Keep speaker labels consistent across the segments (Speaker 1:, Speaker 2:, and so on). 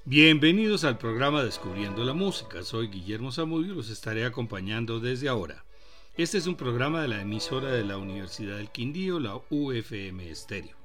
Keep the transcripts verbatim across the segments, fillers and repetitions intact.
Speaker 1: Bienvenidos al programa Descubriendo la Música. Soy Guillermo Zamudio y los estaré acompañando desde ahora. Este es un programa de la emisora de la Universidad del Quindío, la U F M Estéreo.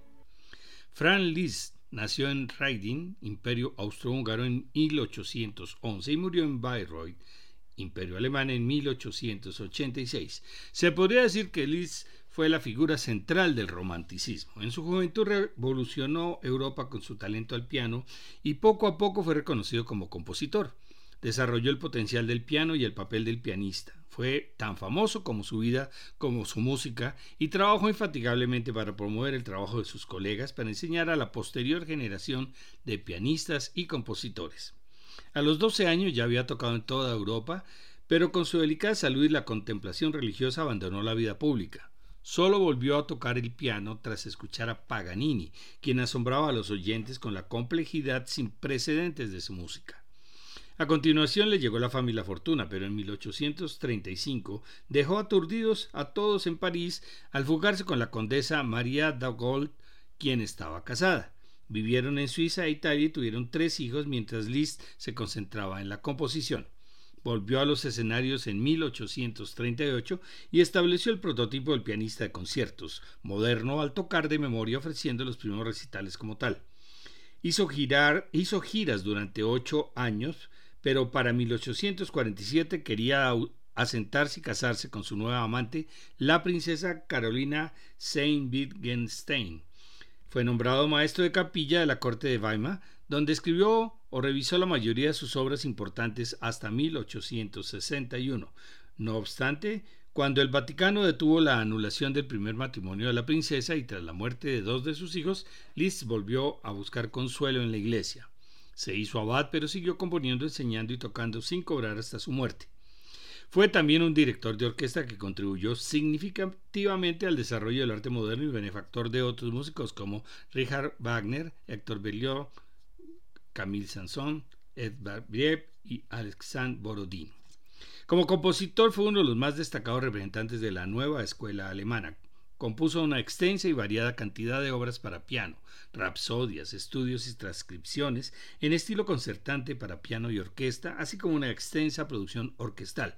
Speaker 1: Franz Liszt nació en Reading, Imperio Austrohúngaro, en mil ochocientos once y murió en Bayreuth, Imperio Alemán, en mil ochocientos ochenta y seis. Se podría decir que Liszt fue la figura central del romanticismo. En su juventud revolucionó Europa con su talento al piano y poco a poco fue reconocido como compositor. Desarrolló el potencial del piano y el papel del pianista. Fue tan famoso como su vida, como su música, y trabajó infatigablemente para promover el trabajo de sus colegas, para enseñar a la posterior generación de pianistas y compositores. A los doce años ya había tocado en toda Europa, pero con su delicada salud y la contemplación religiosa abandonó la vida pública. Solo volvió a tocar el piano tras escuchar a Paganini, quien asombraba a los oyentes con la complejidad sin precedentes de su música. A continuación le llegó la fama y la fortuna, pero en mil ochocientos treinta y cinco dejó aturdidos a todos en París al fugarse con la condesa María d'Agoult, quien estaba casada. Vivieron en Suiza e Italia y tuvieron tres hijos mientras Liszt se concentraba en la composición. Volvió a los escenarios en mil ochocientos treinta y ocho y estableció el prototipo del pianista de conciertos, moderno al tocar de memoria, ofreciendo los primeros recitales como tal. Hizo, girar, hizo giras durante ocho años, pero para mil ochocientos cuarenta y siete quería asentarse y casarse con su nueva amante, la princesa Carolina Sayn-Wittgenstein. Fue nombrado maestro de capilla de la corte de Weimar, donde escribió o revisó la mayoría de sus obras importantes hasta mil ochocientos sesenta y uno. No obstante, cuando el Vaticano detuvo la anulación del primer matrimonio de la princesa y tras la muerte de dos de sus hijos, Liszt volvió a buscar consuelo en la iglesia. Se hizo abad, pero siguió componiendo, enseñando y tocando sin cobrar hasta su muerte. Fue también un director de orquesta que contribuyó significativamente al desarrollo del arte moderno y benefactor de otros músicos como Richard Wagner, Héctor Berlioz, Camille Saint-Saëns, Edvard Grieg y Alexandre Borodin. Como compositor fue uno de los más destacados representantes de la nueva escuela alemana. Compuso una extensa y variada cantidad de obras para piano, rapsodias, estudios y transcripciones en estilo concertante para piano y orquesta, así como una extensa producción orquestal.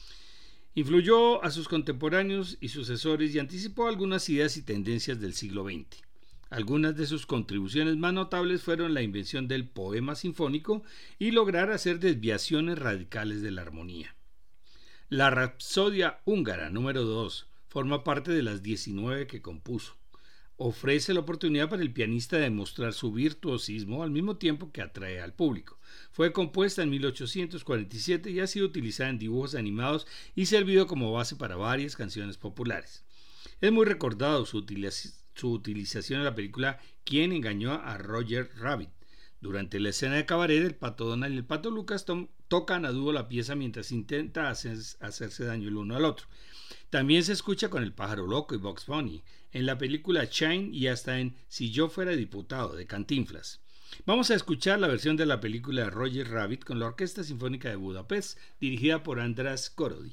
Speaker 1: Influyó a sus contemporáneos y sucesores y anticipó algunas ideas y tendencias del siglo veinte. Algunas de sus contribuciones más notables fueron la invención del poema sinfónico y lograr hacer desviaciones radicales de la armonía. La Rapsodia húngara número dos forma parte de las diecinueve que compuso. Ofrece la oportunidad para el pianista de mostrar su virtuosismo al mismo tiempo que atrae al público. Fue compuesta en mil ochocientos cuarenta y siete y ha sido utilizada en dibujos animados y servido como base para varias canciones populares. Es muy recordado su, utiliz- su utilización en la película ¿Quién engañó a Roger Rabbit? Durante la escena de cabaret, el pato Donald y el pato Lucas to- tocan a dúo la pieza mientras intenta hacer- hacerse daño el uno al otro. También se escucha con el pájaro loco y Bugs Bunny, en la película Shine y hasta en Si yo fuera diputado de Cantinflas. Vamos a escuchar la versión de la película de Roger Rabbit con la Orquesta Sinfónica de Budapest, dirigida por András Korody.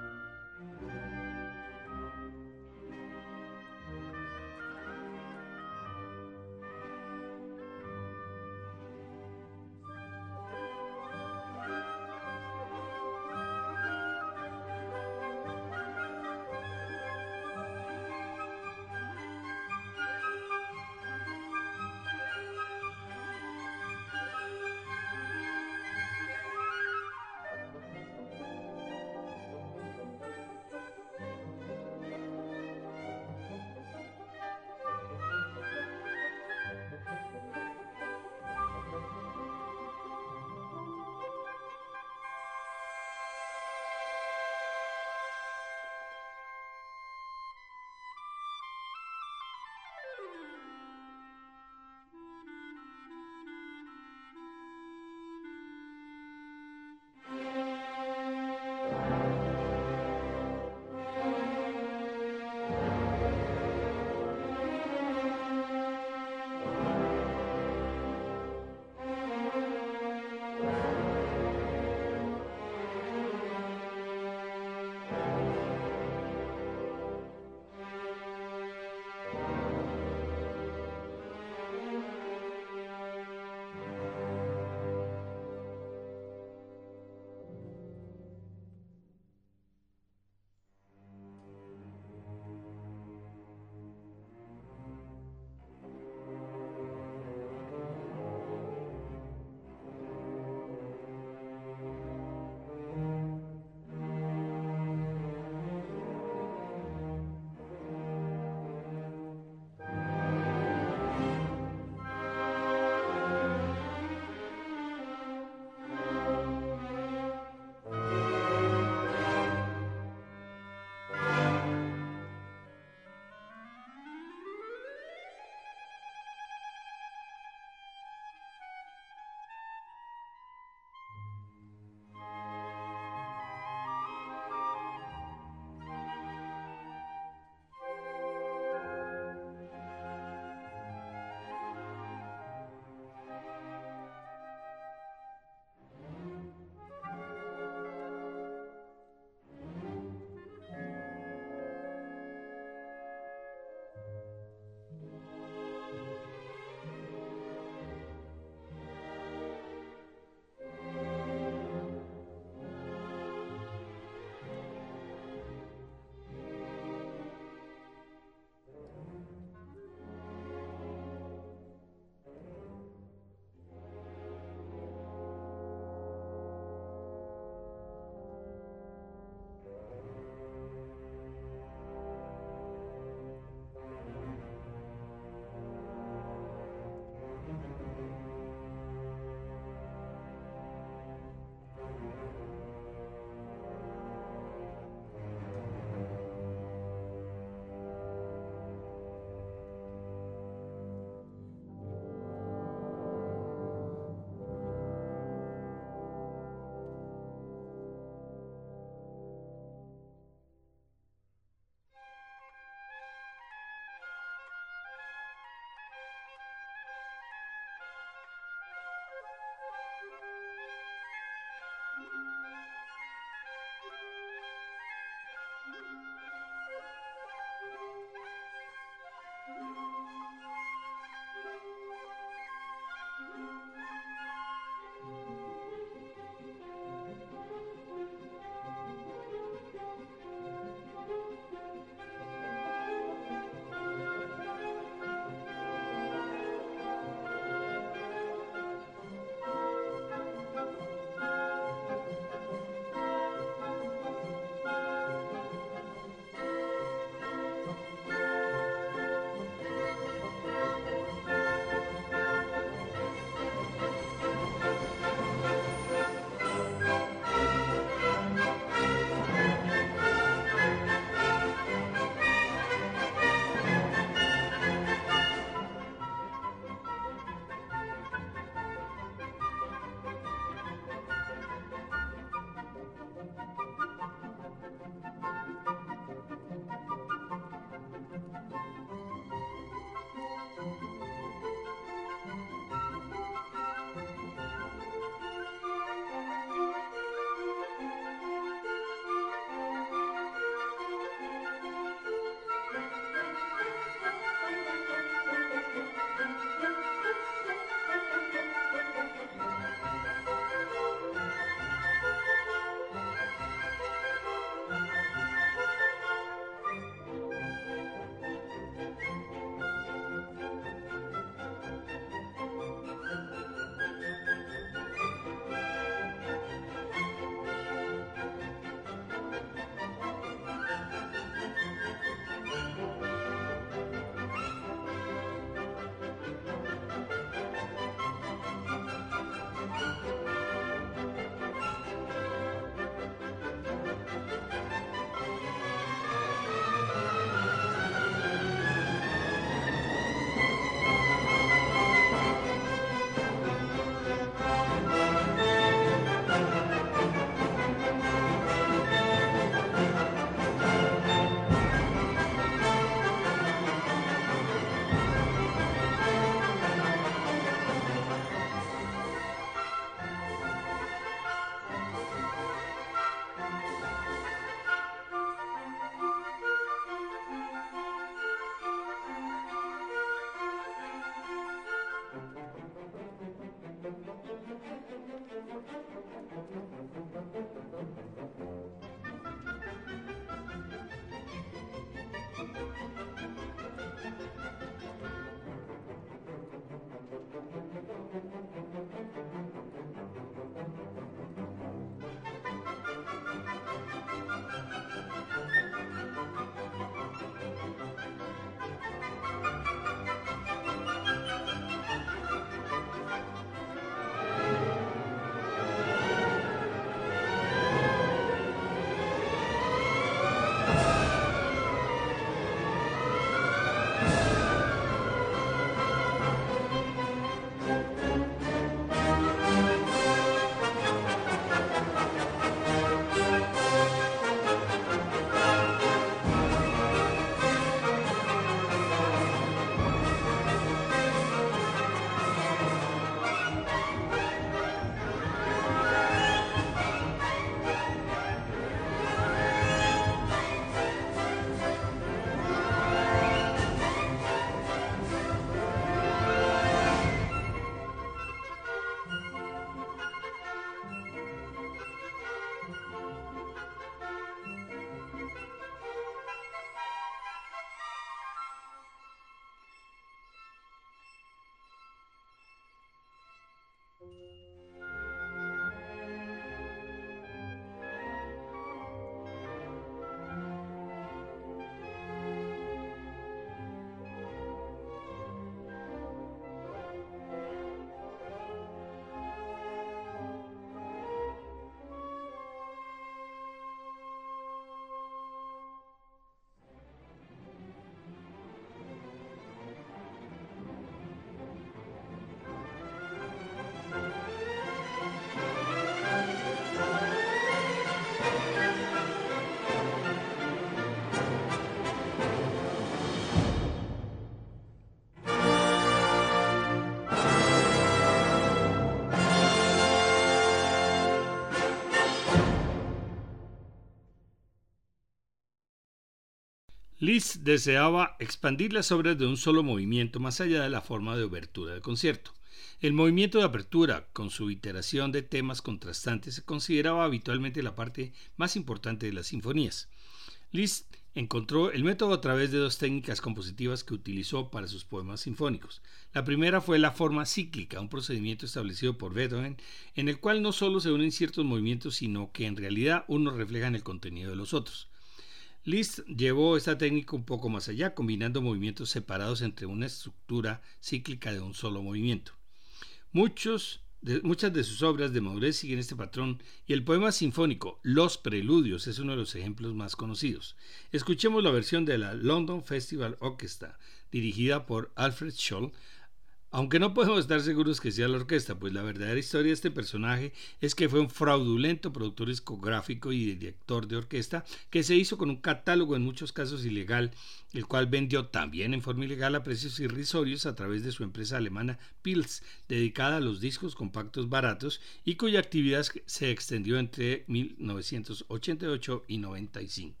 Speaker 1: Liszt deseaba expandir las obras de un solo movimiento más allá de la forma de obertura del concierto. El movimiento de apertura, con su iteración de temas contrastantes, se consideraba habitualmente la parte más importante de las sinfonías. Liszt encontró el método a través de dos técnicas compositivas que utilizó para sus poemas sinfónicos. La primera fue la forma cíclica, un procedimiento establecido por Beethoven, en el cual no solo se unen ciertos movimientos, sino que en realidad unos reflejan el contenido de los otros. Liszt llevó esta técnica un poco más allá, combinando movimientos separados entre una estructura cíclica de un solo movimiento. Muchos de, muchas de sus obras de madurez siguen este patrón y el poema sinfónico Los Preludios es uno de los ejemplos más conocidos. Escuchemos la versión de la London Festival Orchestra, dirigida por Alfred Scholl, aunque no podemos estar seguros que sea la orquesta, pues la verdadera historia de este personaje es que fue un fraudulento productor discográfico y director de orquesta que se hizo con un catálogo en muchos casos ilegal, el cual vendió también en forma ilegal a precios irrisorios a través de su empresa alemana Pils, dedicada a los discos compactos baratos y cuya actividad se extendió entre mil novecientos ochenta y ocho y noventa y cinco.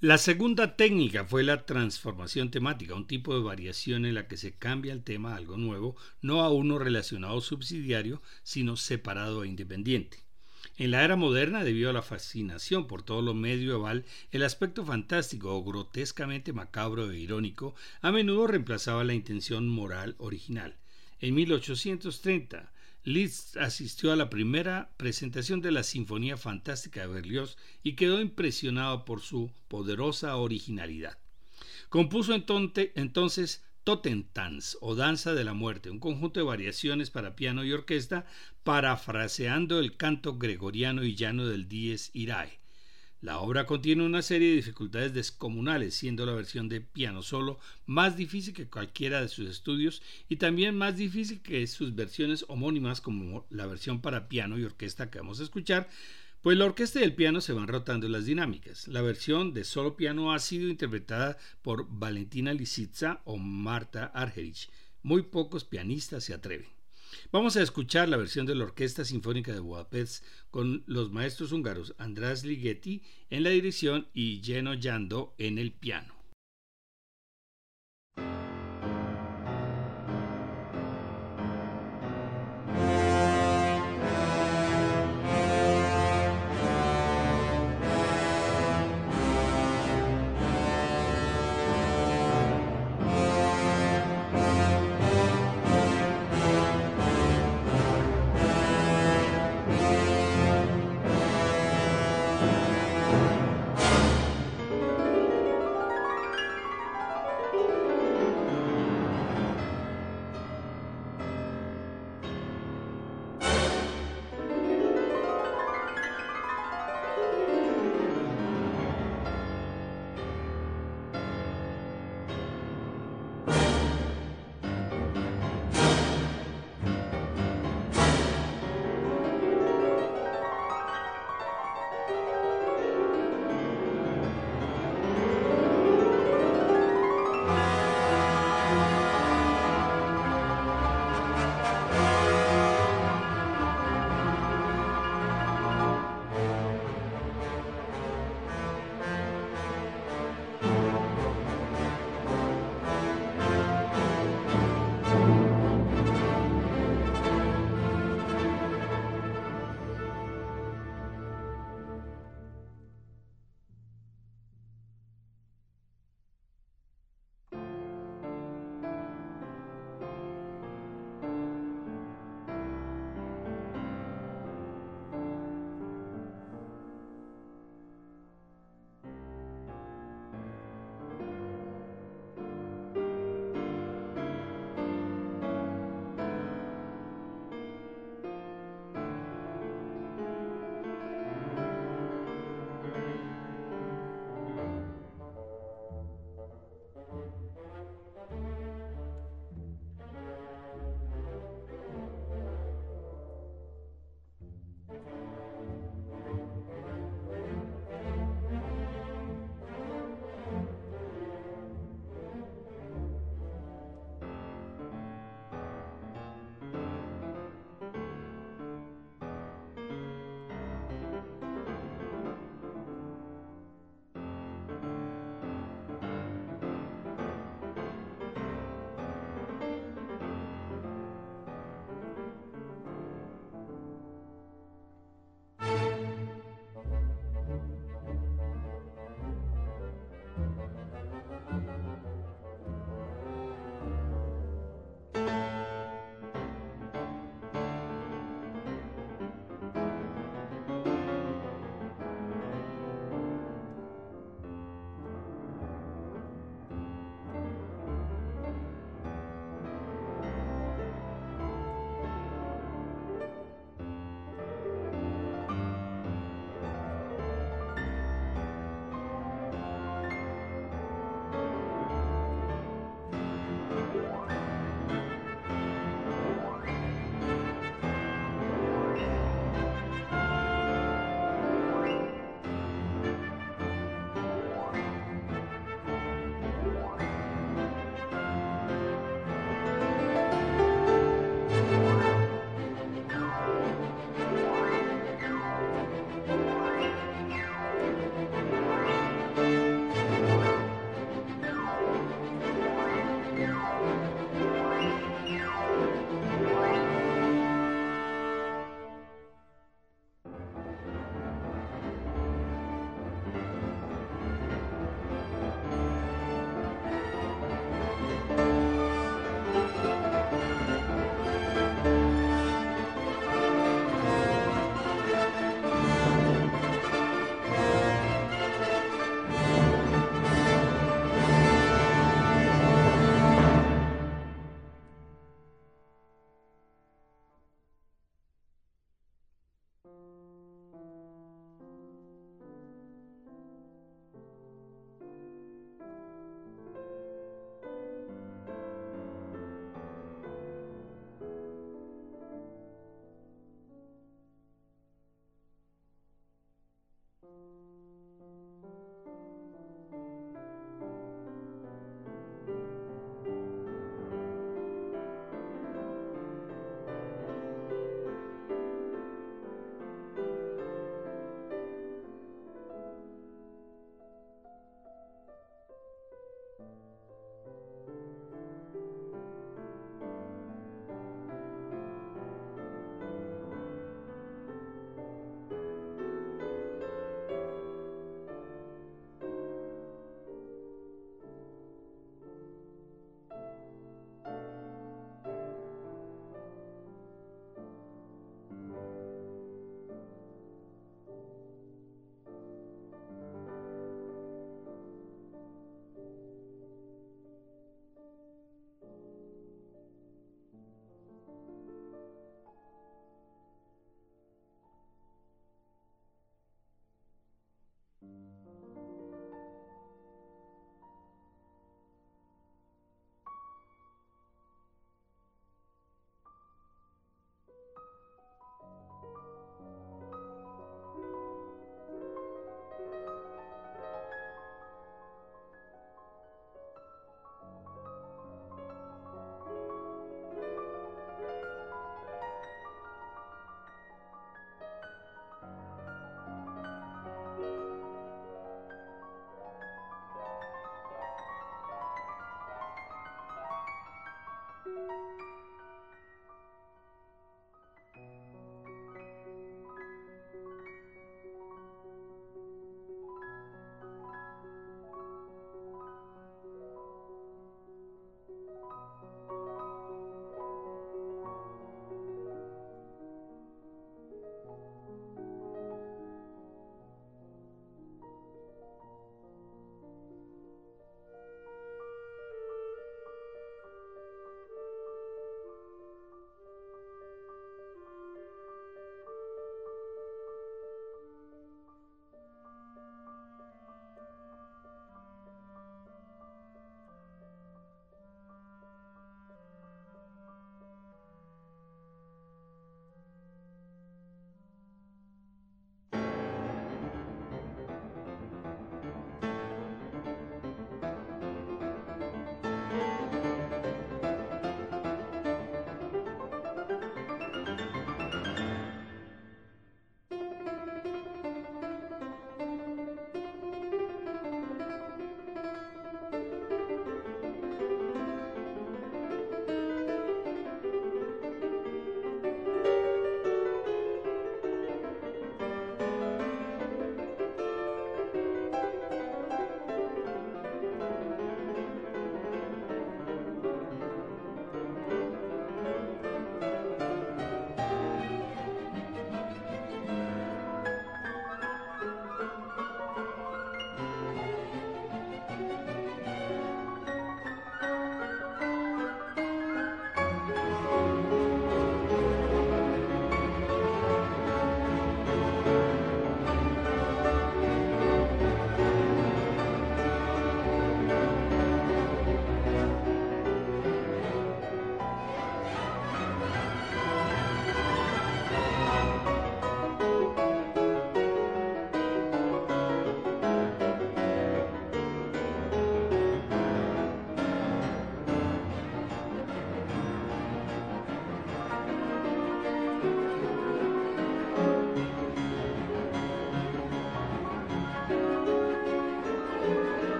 Speaker 1: La segunda técnica fue la transformación temática, un tipo de variación en la que se cambia el tema a algo nuevo, no a uno relacionado subsidiario, sino separado e independiente. En la era moderna, debido a la fascinación por todo lo medieval, el aspecto fantástico o grotescamente macabro e irónico a menudo reemplazaba la intención moral original. En mil ochocientos treinta, Liszt asistió a la primera presentación de la Sinfonía Fantástica de Berlioz y quedó impresionado por su poderosa originalidad. Compuso entonces Totentanz o Danza de la Muerte, un conjunto de variaciones para piano y orquesta, parafraseando el canto gregoriano y llano del Dies Irae. La obra contiene una serie de dificultades descomunales, siendo la versión de piano solo más difícil que cualquiera de sus estudios y también más difícil que sus versiones homónimas, como la versión para piano y orquesta que vamos a escuchar, pues la orquesta y el piano se van rotando las dinámicas. La versión de solo piano ha sido interpretada por Valentina Lisitsa o Marta Argerich. Muy pocos pianistas se atreven. Vamos a escuchar la versión de la Orquesta Sinfónica de Budapest con los maestros húngaros András Ligeti en la dirección y Jenő Jandó en el piano.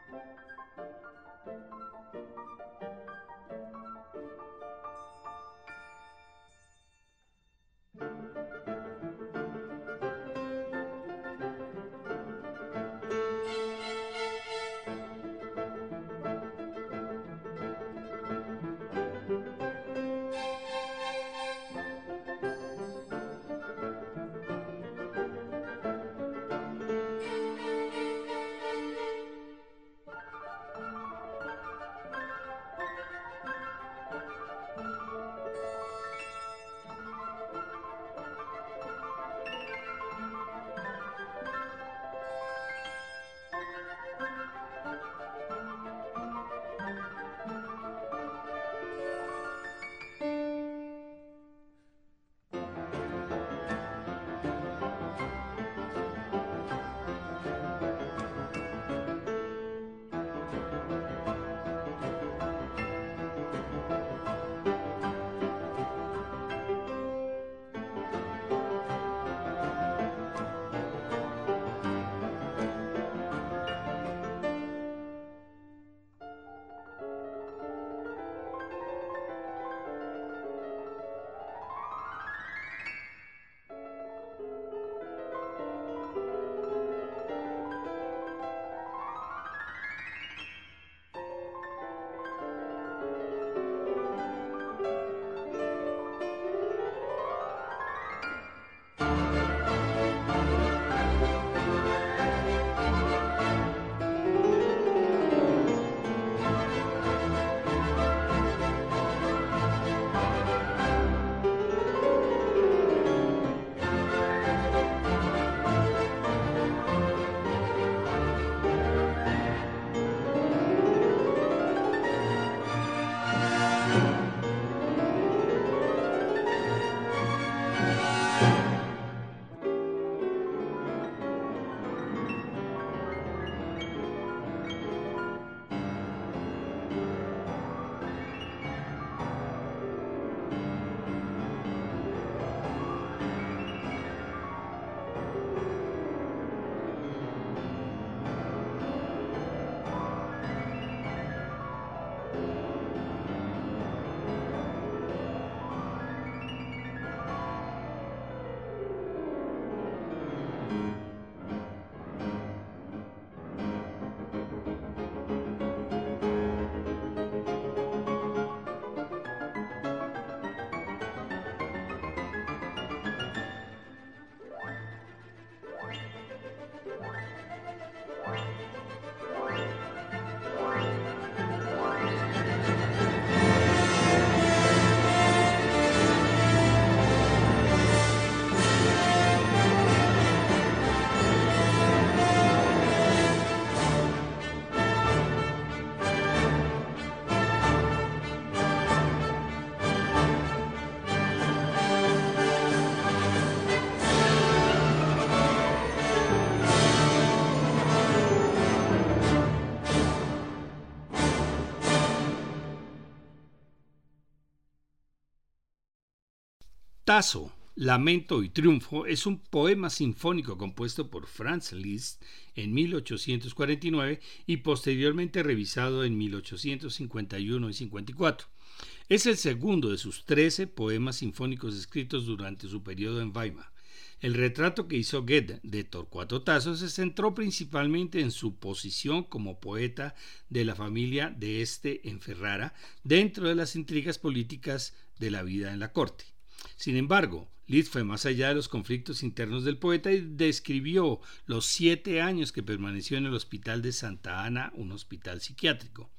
Speaker 1: Tasso, Lamento y Triunfo es un poema sinfónico compuesto por Franz Liszt en mil ochocientos cuarenta y nueve y posteriormente revisado en mil ochocientos cincuenta y uno y cincuenta y cuatro. Es el segundo de sus trece poemas sinfónicos escritos durante su periodo en Weimar. El retrato que hizo Goethe de Torcuato Tasso se centró principalmente en su posición como poeta de la familia de este en Ferrara dentro de las intrigas políticas de la vida en la corte. Sin embargo, Liszt fue más allá de los conflictos internos del poeta y describió los siete años que permaneció en el hospital de Santa Ana, un hospital psiquiátrico.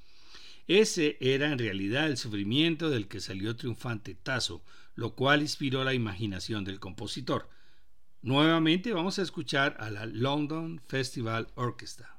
Speaker 1: Ese era en realidad el sufrimiento del que salió triunfante Tasso, lo cual inspiró la imaginación del compositor. Nuevamente vamos a escuchar a la London Festival Orchestra.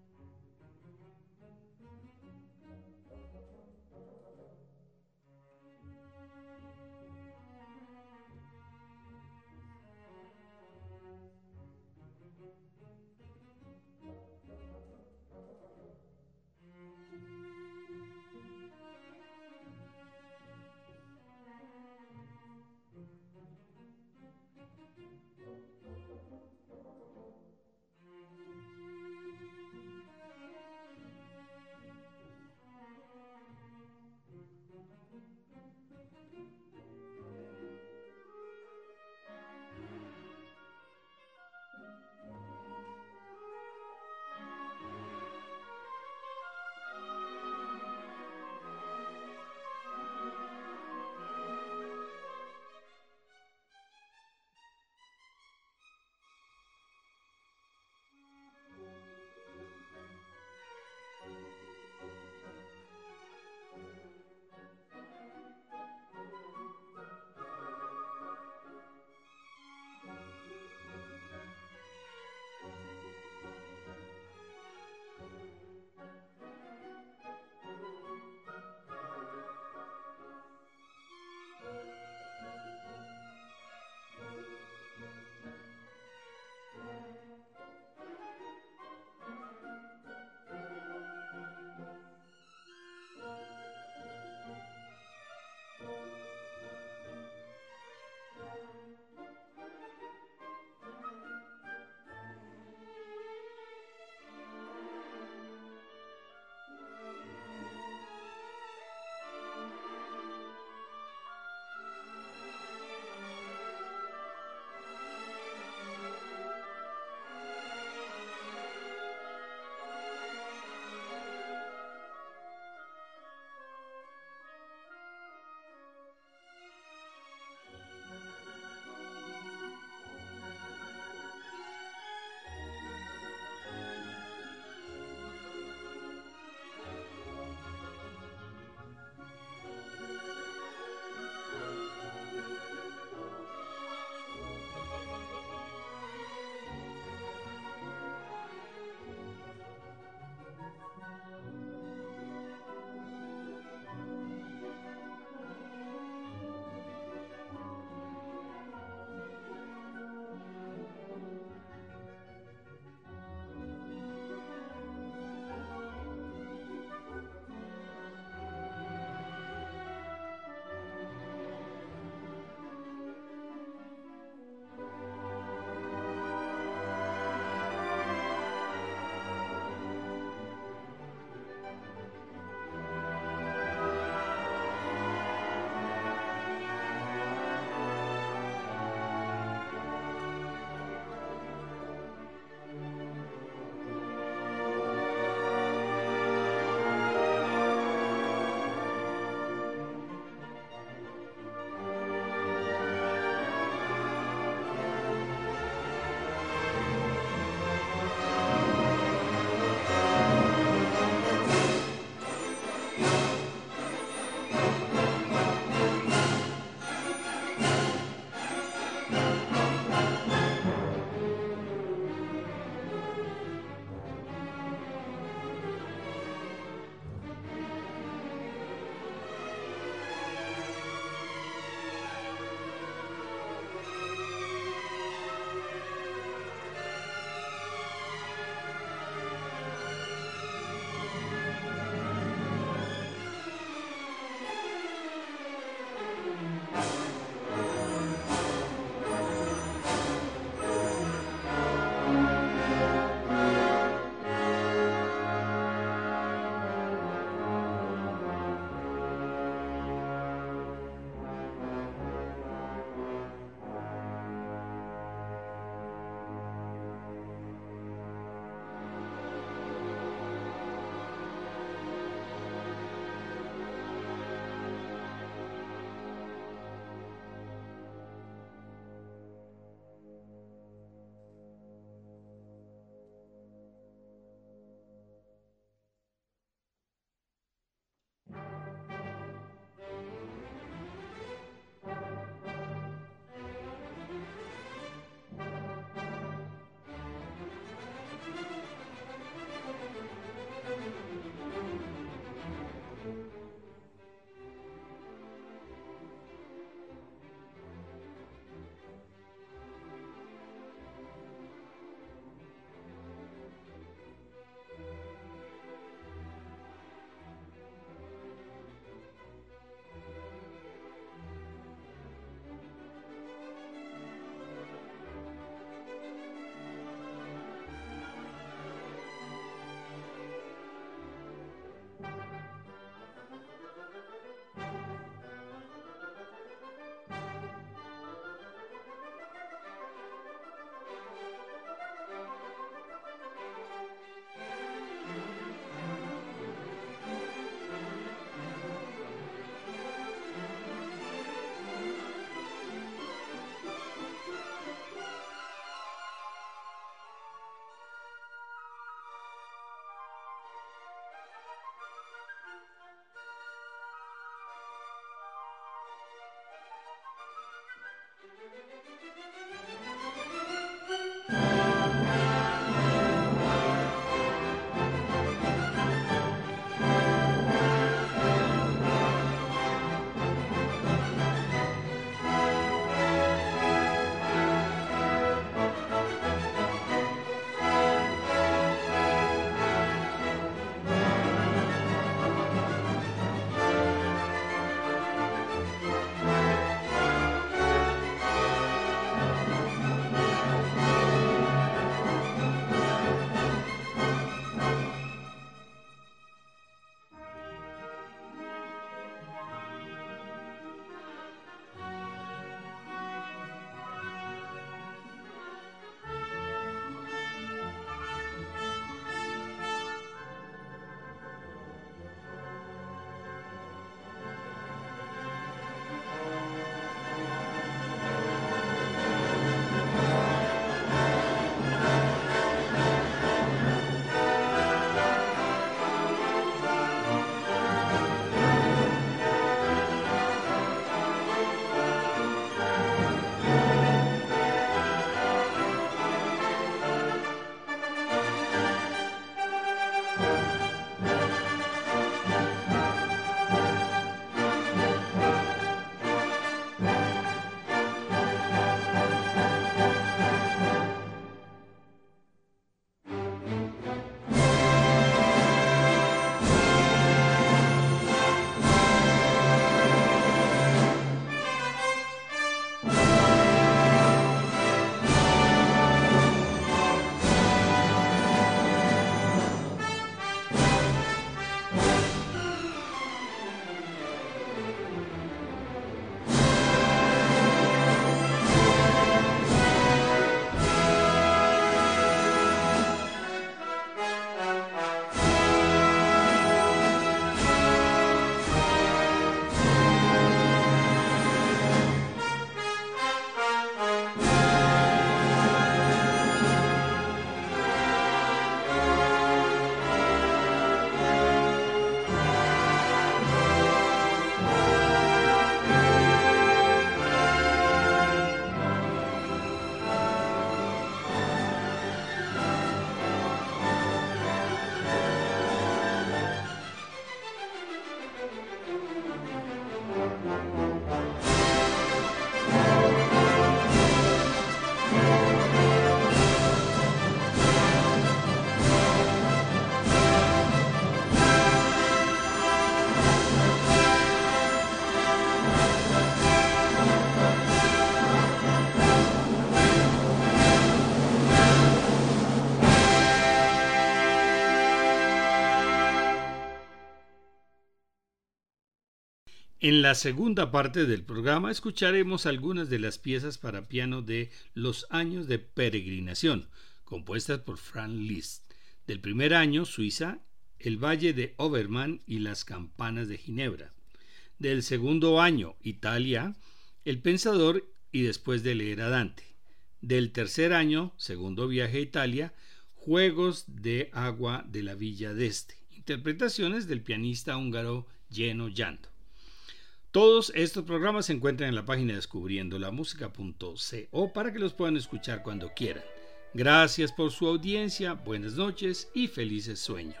Speaker 1: En la segunda parte del programa escucharemos algunas de las piezas para piano de Los años de peregrinación, compuestas por Franz Liszt. Del primer año, Suiza, El Valle de Obermann y las Campanas de Ginebra. Del segundo año, Italia, El Pensador y Después de leer a Dante. Del tercer año, segundo viaje a Italia, Juegos de agua de la Villa d'Este. Interpretaciones del pianista húngaro Jenő Jandó. Todos estos programas se encuentran en la página descubriendo la música punto co para que los puedan escuchar cuando quieran. Gracias por su audiencia, buenas noches y felices sueños.